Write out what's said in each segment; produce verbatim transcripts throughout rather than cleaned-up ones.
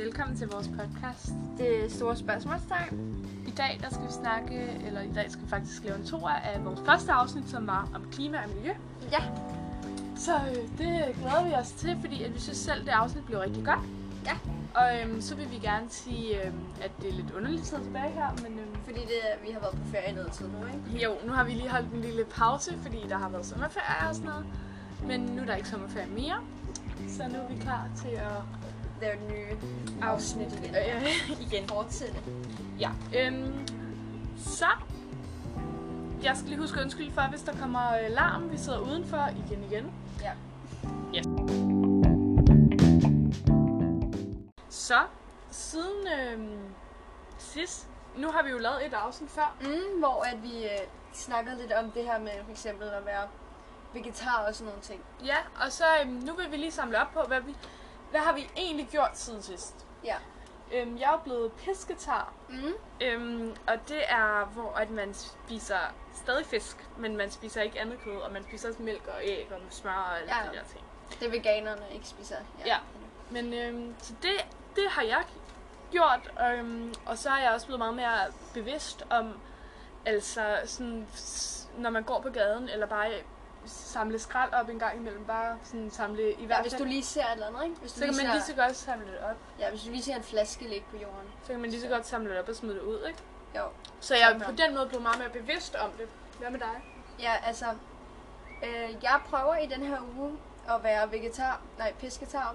velkommen til vores podcast. Det store spørgsmålstegn. I dag der skal vi snakke, eller i dag skal vi faktisk lave en toer af vores første afsnit, som var om klima og miljø. Ja. Så øh, det glæder vi os til, fordi at vi synes selv, det afsnit blev rigtig godt. Ja. Og øhm, så vil vi gerne sige, øhm, at det er lidt underligt tid tilbage her, men... Øhm, fordi det, vi har været på ferie noget tid nu, ikke? Jo, nu har vi lige holdt en lille pause, fordi der har været sommerferie og sådan noget. Men nu er der ikke sommerferie mere, så nu er vi klar til at... lave et nye afsnit igen. Øh, igen. Fortsætte. Ja. Øhm, så... Jeg skal lige huske at undskylde for, hvis der kommer øh, larm. Vi sidder udenfor igen igen. Ja. Yes. Så, siden øh, sidst, nu har vi jo lavet et afsnit før. Mm, hvor at vi øh, snakkede lidt om det her med for eksempel at være vegetar og sådan nogle ting. Ja, og så øh, nu vil vi lige samle op på, hvad vi, hvad har vi egentlig gjort siden sidst. Ja. Øhm, jeg er blevet pesketar, Mm. øhm, og det er, hvor at man spiser stadig fisk, men man spiser ikke andet kød, og man spiser også mælk og æg og smør og alle Ja. de der ting. Det veganerne ikke spiser. Ja. Men øhm, så det, det har jeg gjort, øhm, og så er jeg også blevet meget mere bevidst om, altså sådan, når man går på gaden, eller bare samle skrald op en gang imellem, bare sådan samle i hvert Ja, fald. hvis du lige ser et eller andet, ikke? Hvis du så kan lige man lige ser, så godt samle det op. Ja, hvis du lige ser en flaske ligge på jorden. Så kan man lige så godt samle det op og smide det ud, ikke? Jo. Så jeg er Sådan på her. den måde blevet meget mere bevidst om det. Hvad med dig? Ja, altså, øh, jeg prøver i den her uge at være vegetar, nej, pesketar,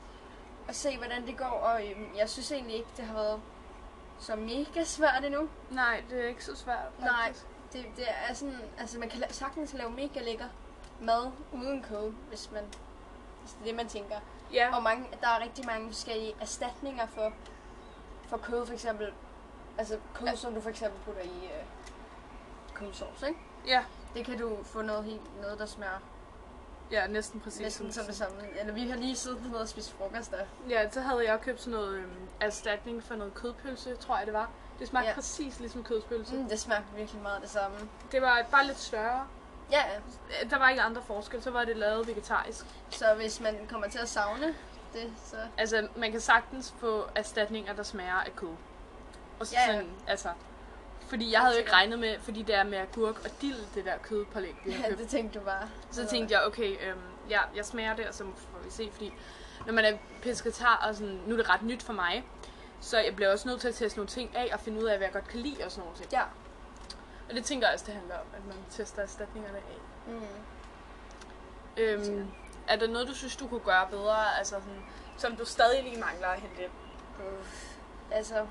og se, hvordan det går, og øh, jeg synes egentlig ikke, det har været så mega svært endnu. Nej, det er ikke så svært, faktisk. Nej, det, det er sådan, altså man kan la- sagtens lave mega lækker mad uden kød, hvis man, hvis det er det, man tænker. Ja, Og mange, der er rigtig mange forskellige erstatninger for, for kød, for eksempel, altså kød, ja. Som du for eksempel putter i øh, kødsovs, ikke? ja, Det kan du få noget helt, noget der smager ja, næsten præcis. næsten som det samme. Eller vi har lige siddet nede og spist frokost der. Ja, så havde jeg købt sådan noget øhm, erstatning for noget kødpølse, tror jeg det var. Det smagte Ja. præcis ligesom kødpølse. Mm, det smagte virkelig meget det samme. Det var bare lidt større. Ja, Der var ikke andre forskel, så var det lavet vegetarisk. så hvis man kommer til at savne det, så... Altså, man kan sagtens få erstatninger, der smager af kød. Og så Ja, ja. sådan, altså... Fordi jeg havde jo ikke regnet med, fordi det er med agurk og dild, det der kødpålæg, vi har Ja, købt. det tænkte du bare. Så tænkte jeg, okay, øhm, ja, jeg smager det, og så får vi se, fordi når man er pesketar, og sådan, nu er det ret nyt for mig, så jeg bliver også nødt til at teste nogle ting af, og finde ud af, hvad jeg godt kan lide og sådan nogle ting. Ja. Og det tænker jeg også, det handler om, at man tester erstatningerne af. Mm. Øhm, er der noget, du synes, du kunne gøre bedre, altså sådan, som du stadig lige mangler at hente ind? Uff. Altså...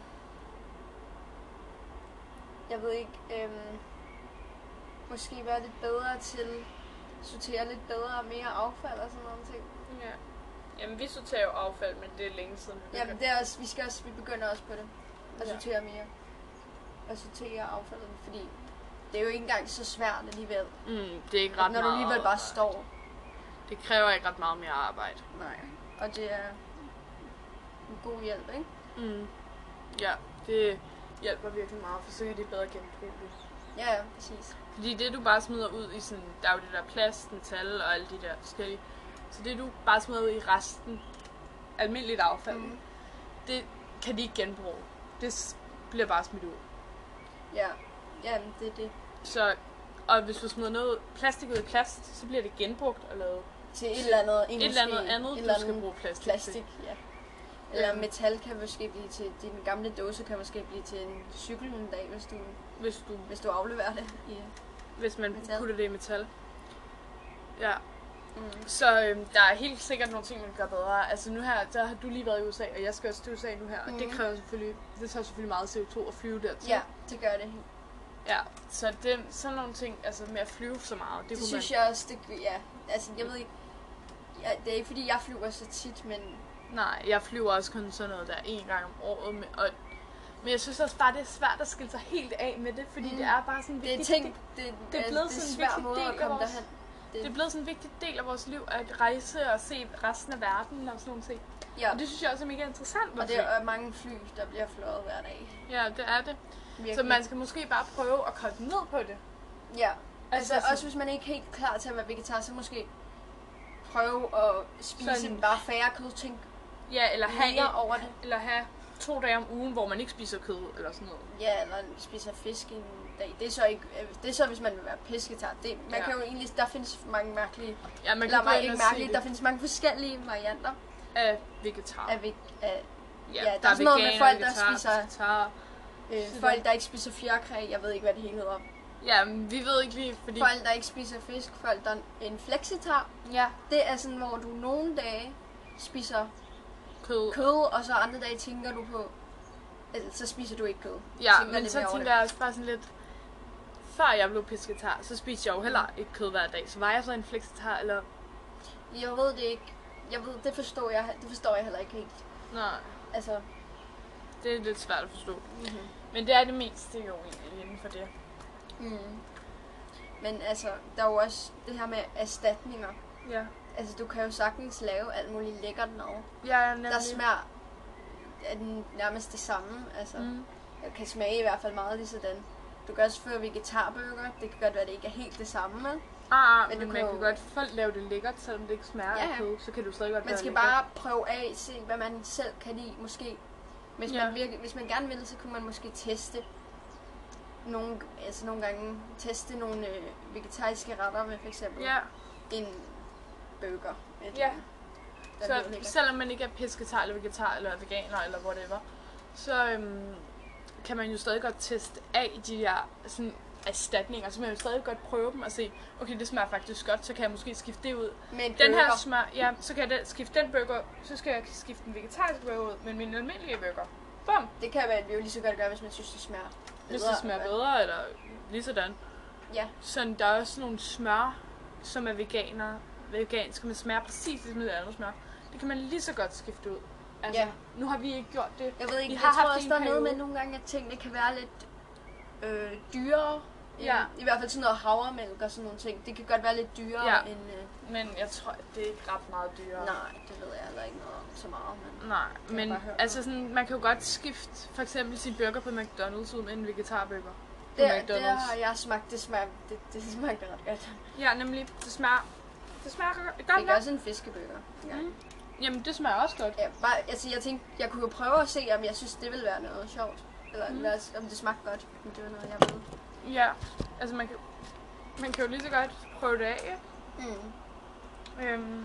Jeg ved ikke, øhm, måske være lidt bedre til sortere lidt bedre og mere affald og sådan nogle ting. Ja. Jamen, vi sorterer jo affald, men det er længe siden. Vi Jamen, det er også, vi skal også, vi begynder også på det. At Ja. sortere mere. At sortere affaldet, fordi det er jo ikke engang så svært alligevel. Mm, det er ikke ret Når du meget alligevel bare arbejde. står. Det kræver ikke ret meget mere arbejde. Nej. Og det er en god hjælp, ikke? Mm. Ja, det hjælper virkelig meget, for så kan de bedre genbruge det. Ja, ja, præcis. Fordi det du bare smider ud i sådan, der er jo det der plast, metal og alle de der forskellige. Så det du bare smider ud i resten, almindeligt affald, Mm. det kan de ikke genbruge. Det s- bliver bare smidt ud. Ja, ja, det er det. Så, og hvis du smider noget plastik ud i plast, så bliver det genbrugt og lavet Til et eller andet, et eller andet andet, et du eller skal andet bruge plastik, plastik, til. ja. Eller Øhm. metal kan måske blive til, din gamle dåse kan måske blive til en cykel en dag, hvis du, Hvis du, hvis du afleverer det. I, hvis man Metal. putter det i metal. Ja. mm. Så øhm, der er helt sikkert nogle ting, man kan gøre bedre. Altså nu her, der har du lige været i U S A, og jeg skal også til U S A nu her. Og Mhm. det kræver selvfølgelig, det tager selvfølgelig meget C O to at flyve dertil. Ja, det gør det. Ja, så det, sådan nogle ting, altså med at flyve så meget, det, Det kunne synes man... jeg også, det, ja, altså jeg ved ikke, ja, det er ikke fordi jeg flyver så tit, men Nej, jeg flyver også kun sådan noget der en gang om året. Med, og, men jeg synes også bare, det er svært at skille sig helt af med det, fordi Mm. mm. det er bare sådan en det er vigtig ting, del- det, det er altså, blevet det er sådan en svær vigtig måde del at af komme vores- derhen. det er blevet sådan en vigtig del af vores liv, at rejse og se resten af verden og sådan nogle ting. Ja, Og det synes jeg også er mega interessant. og det er mange fly, der bliver fløjet hver dag. Ja, det er det. Virkelig. Så man skal måske bare prøve at komme ned på det. Ja, Altså altså, sådan- også hvis man ikke er helt klar til at være vegetar, så måske prøve at spise Sådan- bare færre kødting. Ja, eller have, mere over det. eller have to dage om ugen, hvor man ikke spiser kød, eller sådan noget. Ja, eller spiser fisk en dag. Det er så, ikke, det er så hvis man vil være pesketar. Det, man Ja. kan jo egentlig, der findes mange mærkelige, Ja, man eller kan gå mange, ind ikke og mærkelige, se der det findes mange forskellige varianter af vegetar. af, veg, af Ja, ja, der, der er sådan noget med veganer, folk, der vegetar, spiser- vegetar. øh, folk, der ikke spiser fjerkræ. Jeg ved ikke, hvad det hele hedder. Ja, men vi ved ikke lige, fordi... Folk, der ikke spiser fisk. Folk, der er en flexitar. Ja, Det er sådan, hvor du nogle dage spiser kød. kød, og så andre dage tænker du på, altså, så spiser du ikke kød. Ja, Tænker men lidt så mere over tænker jeg også bare sådan lidt... Før jeg blev pesketar, så spiste jeg jo heller ikke kød hver dag. Så var jeg så en flexitar, eller... det. Jeg ved det ikke. Jeg ved, det forstår jeg, det forstår jeg heller ikke helt. Nej, Altså, det er lidt svært at forstå. mm-hmm. Men det er det meste jo egentlig inden for det. mm. Men altså, der er jo også det her med erstatninger. Ja. Altså, du kan jo sagtens lave alt muligt lækkert mad. Ja, nemlig. Der smager er den nærmest det samme. Altså, Mm. det kan smage i hvert fald meget lige sådan. Du kan også få vegetarburger. Det kan godt være, at det ikke er helt det samme, men Ah, ah, Men men, du man kan kan jo- godt folk lave det lækkert, selvom det ikke smager Ja, af ja. kød. Så kan du stadig godt man gøre skal det bare prøve af, se hvad man selv kan lide, måske. Hvis, Ja. man virkelig, hvis man gerne vil, så kunne man måske teste nogle, altså nogle gange teste nogle øh, vegetariske retter med for eksempel Ja, en burger. Et, Ja. der så lyder lækkert. selvom man ikke er pesketar eller vegetar eller veganer eller whatever, så øhm, kan man jo stadig godt teste af de der sådan, erstatninger. Så man jo stadig godt prøve dem og se, okay, det smager faktisk godt, så kan jeg måske skifte det ud. Med en Den her burger. smør, ja, så kan jeg da skifte den burger, så skal jeg skifte den vegetariske burger ud, men min almindelige burger. Bum! Det kan man jo lige så godt gøre, hvis man synes, det smager bedre. Hvis det smager bedre, eller lige sådan. Ja. Så der er også nogle smør, som er veganer, veganske, men smager præcis ligesom det andet smør. Det kan man lige så godt skifte ud. Altså, Ja. nu har vi ikke gjort det. Jeg ved ikke, Vi jeg har tror haft også, en der er noget med periode. nogle gange, at tingene kan være lidt øh, dyrere. end- Ja. I hvert fald sådan noget havremælk og sådan nogle ting. Det kan godt være lidt dyrere Ja. end... Øh, Men jeg tror, det er ikke ret meget dyrere. nej, det ved jeg heller ikke noget om så meget. Men Nej, jeg men bare høre altså sådan, man kan jo godt skifte for eksempel sin burger på McDonald's ud med en vegetarburger. På det, det McDonald's. har jeg smagt. Det smager, det, det smagte ret godt. Ja, nemlig, det smager, det smager godt Jeg godt fik nok. også en fiskeburger. Ja. Mm. Jamen, det smager også godt. Ja, bare, altså, jeg tænkte, jeg kunne jo prøve at se, om jeg synes, det ville være noget sjovt. Eller Mm. mm. om det smagte godt. Men det var noget, jeg ville. Ja, altså man kan, man kan jo lige så godt prøve det af. Mm. Øhm,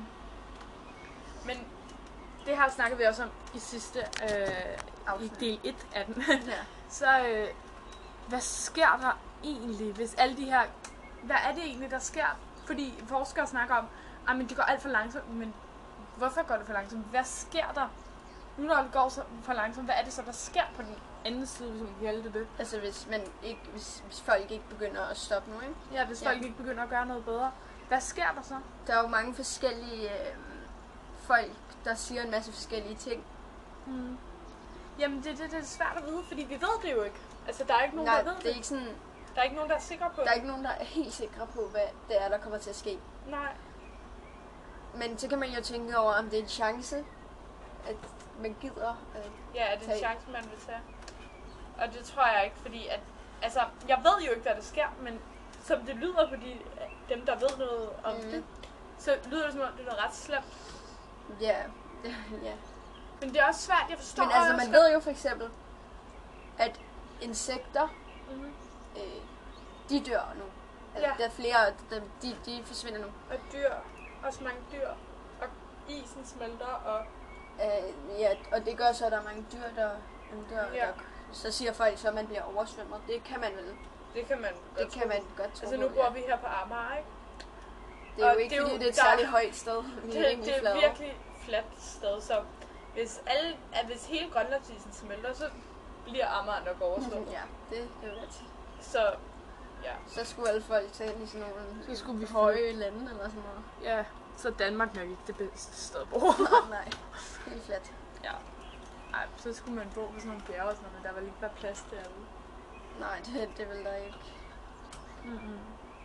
men det har snakket vi også om i sidste, øh, i Afsnit. del et af den. Ja. Så øh, hvad sker der egentlig, hvis alle de her, hvad er det egentlig, der sker? Fordi forskere snakker om, at det går alt for langsomt, men hvorfor går det for langsomt? Hvad sker der? Nu når det går så for langsomt, hvad er det så, der sker på den anden side, hvis man kan kalde det det? Altså, hvis, man ikke, hvis, hvis folk ikke begynder at stoppe nu, ikke? Ja, hvis Ja. folk ikke begynder at gøre noget bedre. Hvad sker der så? Der er jo mange forskellige øh, folk, der siger en masse forskellige ting. Hmm. Jamen, det, det, det er svært at vide, fordi vi ved det jo ikke. Altså, der er ikke nogen, Nej, der ved det det. er ikke sådan, Der er ikke nogen, der er sikre på der er det. ikke nogen, der er helt sikre på, hvad det er, der kommer til at ske. Nej. Men så kan man jo tænke over, om det er en chance, at man gider. Øh, Ja, er det en Tag. chance, man vil tage? Og det tror jeg ikke, fordi at... Altså, jeg ved jo ikke, hvad der sker, men som det lyder på de, dem, der ved noget om Mhm. mm. det, så lyder det som om, det er noget ret slemt. ja, ja. Men det er også svært, jeg forstår Men altså, også man ved jo for eksempel, at insekter, Mm-hmm. øh, de dør nu. Altså, Ja. der er flere af dem, de, de forsvinder nu. Og dyr, også mange dyr, og isen smelter, og Øh, ja, og det gør så, at der er mange dyr, der, der, Ja. der så siger folk så, at man bliver oversvømmet. Det kan man vel. det kan man godt Det kan tro. man godt tro Altså, nu på, bor ja. vi her på Amager, ikke? Det er jo og ikke, det er fordi jo- det er et der- særligt højt sted. Vi er Det, rimelig det er flade. virkelig fladt sted, så hvis, alle, at hvis hele Grønlandsisen smelter, så bliver Amager nok oversvømmet. Ja, det er jo ret. Så ja, Så skulle alle folk tage i sådan nogle Så skulle vi høje lande eller sådan noget. ja, så er Danmark nok ikke det bedste sted at bo. Nej, nej. Helt fladt. Ja. Ej, så skulle man bo på sådan nogle bjerge og sådan noget, men der var ikke bare plads derude. Nej, det, det vil der ikke. Mm-hmm.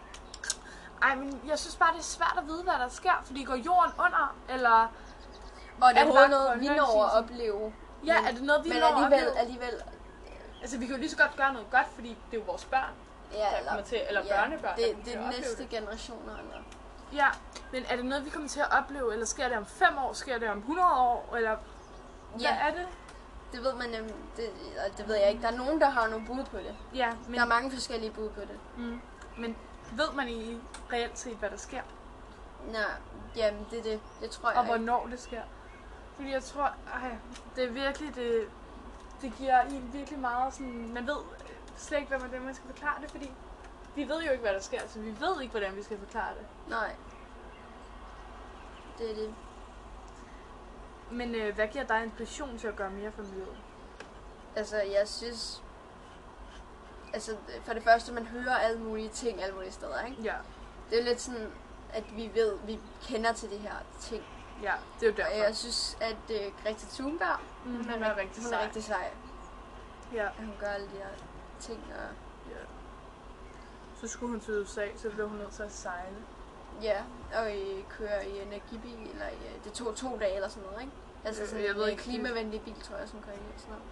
Ej, men jeg synes bare, det er svært at vide, hvad der sker, fordi går jorden under, eller... Og det Er er det overhovedet bare noget, vi når at Grønlandsisen? opleve. Ja, Men- er det noget, vi Men når at alligevel, opleve? alligevel, Altså, vi kan jo lige så godt gøre noget godt, fordi det er jo vores børn, ja, der eller, kommer til, eller ja, børnebørn, der det, kommer det til er at de opleve næste det. generationer, eller? Ja, men er det noget, vi kommer til at opleve, eller sker det om fem år, sker det om hundrede år, eller Hvad er det? Det ved man nemlig, det, det ved jeg ikke. Der er nogen, der har nogle bud på det. Ja, men... Der er mange forskellige bud på det. Mm. Men ved man i reelt set, hvad der sker? Nej, jamen det er det. Det tror jeg Og ikke. hvornår det sker? Fordi jeg tror, ej, det er virkelig, det, det giver en virkelig meget sådan, man ved slet ikke, hvordan man skal forklare det, fordi vi ved jo ikke, hvad der sker, så vi ved ikke, hvordan vi skal forklare det. Nej. Det er det. Men øh, hvad giver dig inspiration til at gøre mere for miljøet? Altså, jeg synes... Altså, for det første, man hører alle mulige ting alle mulige steder, ikke? Ja. Det er lidt sådan, at vi ved, vi kender til de her ting. Ja, det er jo derfor. Og jeg synes, at uh, Greta Thunberg, Mm, hun, hun er, er rigtig hun sej. er rigtig sej. Ja. At hun gør alle de her ting. Og... Ja. Så skulle hun til U S A, så blev hun nødt til at sejle. Ja, og I kører i energibil, eller i, det tog to dage eller sådan noget, ikke? Altså Jeg- sådan jeg ved en ikke, klimavenlig bil, tror jeg, som kører i og sådan noget.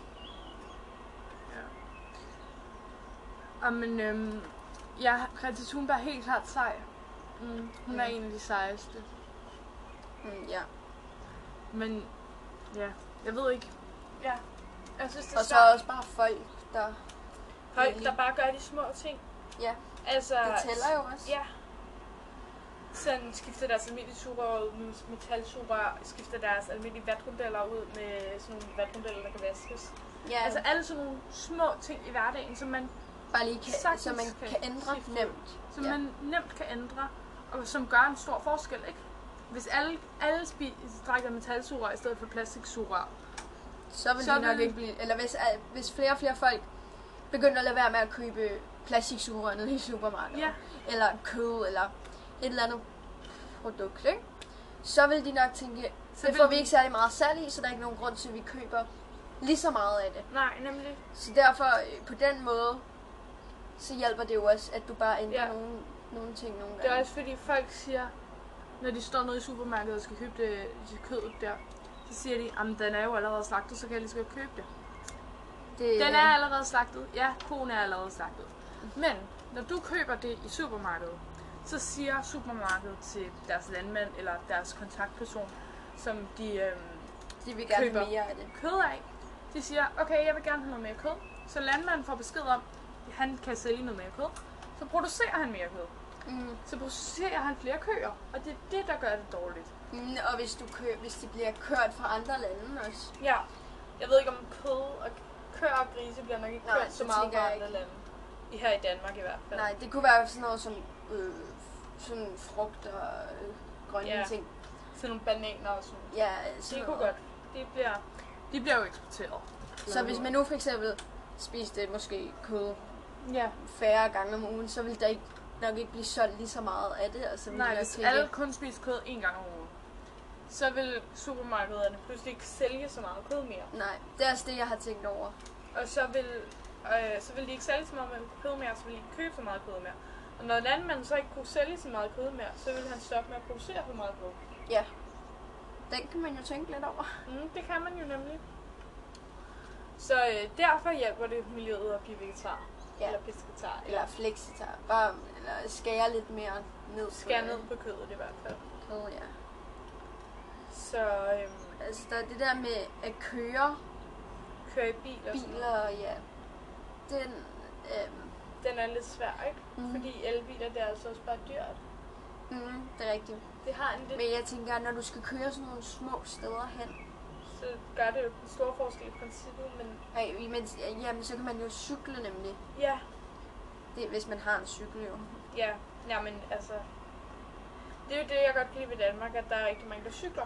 Ja. Men øhm, ja, Greta Thunberg er helt klart sej. Mm, hun Ja. er en af de sejeste. Mm, ja. Men ja, jeg ved ikke. Ja, jeg synes det er Og så svært. også bare folk, der... Folk, der bare gør de små ting. Ja, Altså, det tæller jo også. Ja. Sådan skifter deres almindelige sugerør ud med metalsugerør, skifter deres almindelige vatrundeller ud med sådan nogle vatrundeller, der kan vaskes. Ja, Altså alle sådan nogle små ting i hverdagen, som man, bare lige kan, sagtens så man kan kan ændre skifte ud. nemt. som Ja. man nemt kan ændre, og som gør en stor forskel, ikke? Hvis alle, alle spi- drikker metalsugerør i stedet for plastiksugerør, Så vil så de nok vil- ikke blive... Eller hvis, al- hvis flere og flere folk begynder at lade være med at købe plastiksugerør nede i supermarkedet, Ja. eller kød, eller et eller andet produkt, ikke? Så vil de nok tænke, Så det vil får de- vi ikke særlig meget salg i, så der er ikke nogen grund til, at vi køber lige så meget af det. nej, nemlig. Så derfor, øh, på den måde, så hjælper det jo også, at du bare ændrer Ja. ja. nogle, nogle ting nogle Det gange. er også fordi folk siger, når de står nede i supermarkedet og skal købe det, det kødet der, så siger de, at den er jo allerede slagtet, så kan jeg lige så godt købe det. det Den er allerede slagtet. Ja, koen er allerede slagtet. Men når du køber det i supermarkedet, så siger supermarkedet til deres landmand eller deres kontaktperson, som de øhm, de vil gerne køber have mere af det. kød af, de siger, okay, jeg vil gerne have noget mere kød. Så landmanden får besked om, at han kan sælge noget mere kød. Så producerer han mere kød. Mm. Så producerer han flere køer, og det er det, der gør det dårligt. Mm, og hvis, du kø, hvis de bliver kørt fra andre lande også. Ja, jeg ved ikke om kød og køer og grise bliver nok ikke Nej, kørt så det meget tænker fra jeg andre ikke. lande. I her i Danmark i hvert fald. Nej, det kunne være sådan noget som øh, sådan frugt og øh, grønne Ja. ting. Sådan nogle bananer og sådan. Ja, Det sådan kunne noget. godt. De bliver, de bliver jo eksporteret. Så hvis man nu for eksempel spiste måske kød Ja. færre gange om ugen, så vil der ikke, nok ikke blive solgt lige så meget af det. Og så vil Nej, det hvis tænke, alle kun spiser kød en gang om ugen, så vil supermarkederne pludselig ikke sælge så meget kød mere. Nej, det er også det, jeg har tænkt over. Og så vil, øh, så vil de ikke sælge så meget kød mere, så vil de ikke købe så meget kød mere. Og når landmanden så ikke kunne sælge så meget kød mere, så vil han stoppe med at producere for meget kød. Ja, den kan man jo tænke lidt over. Mm, det kan man jo nemlig. Så øh, derfor hjælper det miljøet at blive vegetar. Ja. Eller pesketar. Eller flexitar. Bare eller skære lidt mere ned. skære på, ned på kødet i hvert fald. Kød, ja. Så øhm, Altså, der er det der med at køre køre i bil og sådan noget. biler, ja. Den, øhm, Den er lidt svær, ikke? Mhm. Fordi elbiler, det er altså også bare dyrt. mm, det er rigtigt. Det har en lidt, Men jeg tænker, når du skal køre sådan nogle små steder hen, så gør det jo en stor forskel i princippet, men ej, imens, jamen, så kan man jo cykle nemlig. ja, Det, hvis man har en cykel jo. ja, ja, men altså, det er jo det, jeg godt kan lide ved Danmark, at der er rigtig mange, der cykler.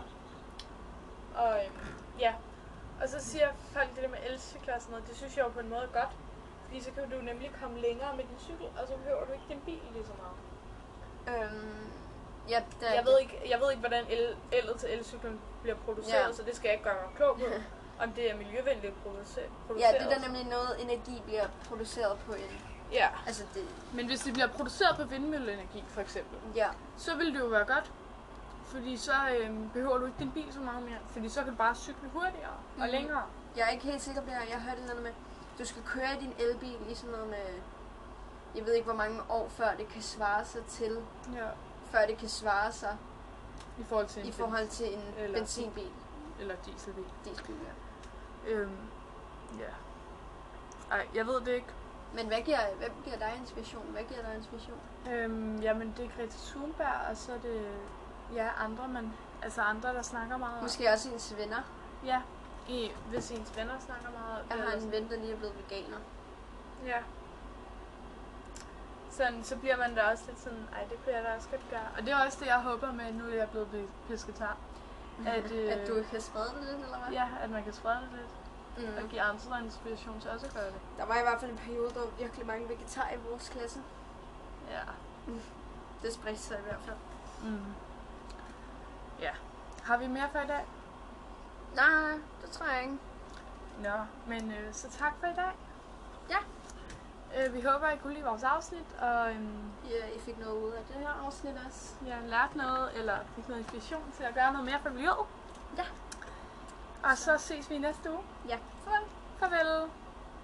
Og øhm, ja, og så siger folk det der med elcykler og sådan noget, det synes jeg jo på en måde er godt. Fordi så kan du nemlig komme længere med din cykel, og så behøver du ikke din bil lige så meget. Øhm, ja, det er Jeg ved ikke, jeg ved ikke hvordan el, ellet til elcyklen bliver produceret, Ja. så det skal jeg ikke gøre mig klog på. Om det er miljøvenligt produceret. Ja, det er der nemlig noget energi bliver produceret på en. Ja. Altså det, Men hvis det bliver produceret på vindmølleenergi for eksempel, ja. så vil det jo være godt. Fordi så øhm, behøver du ikke din bil så meget mere. Fordi så kan du bare cykle hurtigere og Mhm. længere. Jeg er ikke helt sikker på det her. Jeg hørte noget med, du skal køre din elbil i sådan noget med, jeg ved ikke hvor mange år før det kan svare sig til, Ja. før det kan svare sig I forhold til en i forhold til en Eller- benzinbil. eller dieselbil. Dieselbil, ja. Øhm, ja. Ej, jeg ved det ikke. Men hvad giver, hvem giver dig inspiration? Hvad giver dig inspiration? Øhm, jamen, det er Greta Thunberg, og så er det ja, andre, men altså andre, der snakker meget. Måske også ens venner. Ja, i, hvis ens venner snakker meget. Jeg har eller en sådan. ven, der lige er blevet veganer. Ja. Sådan, så bliver man da også lidt sådan, ej, det kunne jeg da også godt gøre. Og det er også det, jeg håber med, nu er jeg blevet be- pesketar. At, øh, At du kan sprede det lidt, eller hvad? Ja, at man kan sprede det lidt. Mm. Og give andre inspiration til også at gøre det. Der var i hvert fald en periode, der var virkelig mange vegetarer i vores klasse. Ja. Det spredte sig i hvert fald. Mm. Ja. Har vi mere for i dag? Nej, det tror jeg ikke. Nå, men øh, så tak for i dag. Ja. Øh, vi håber, I kunne lide vores afsnit, og øhm, Ja, I fik noget ud af det her afsnit også. jeg har lært noget, eller fik noget inspiration til at gøre noget mere for miljøet. Ja. Og så ses vi i næste uge. Ja, farvel. Farvel.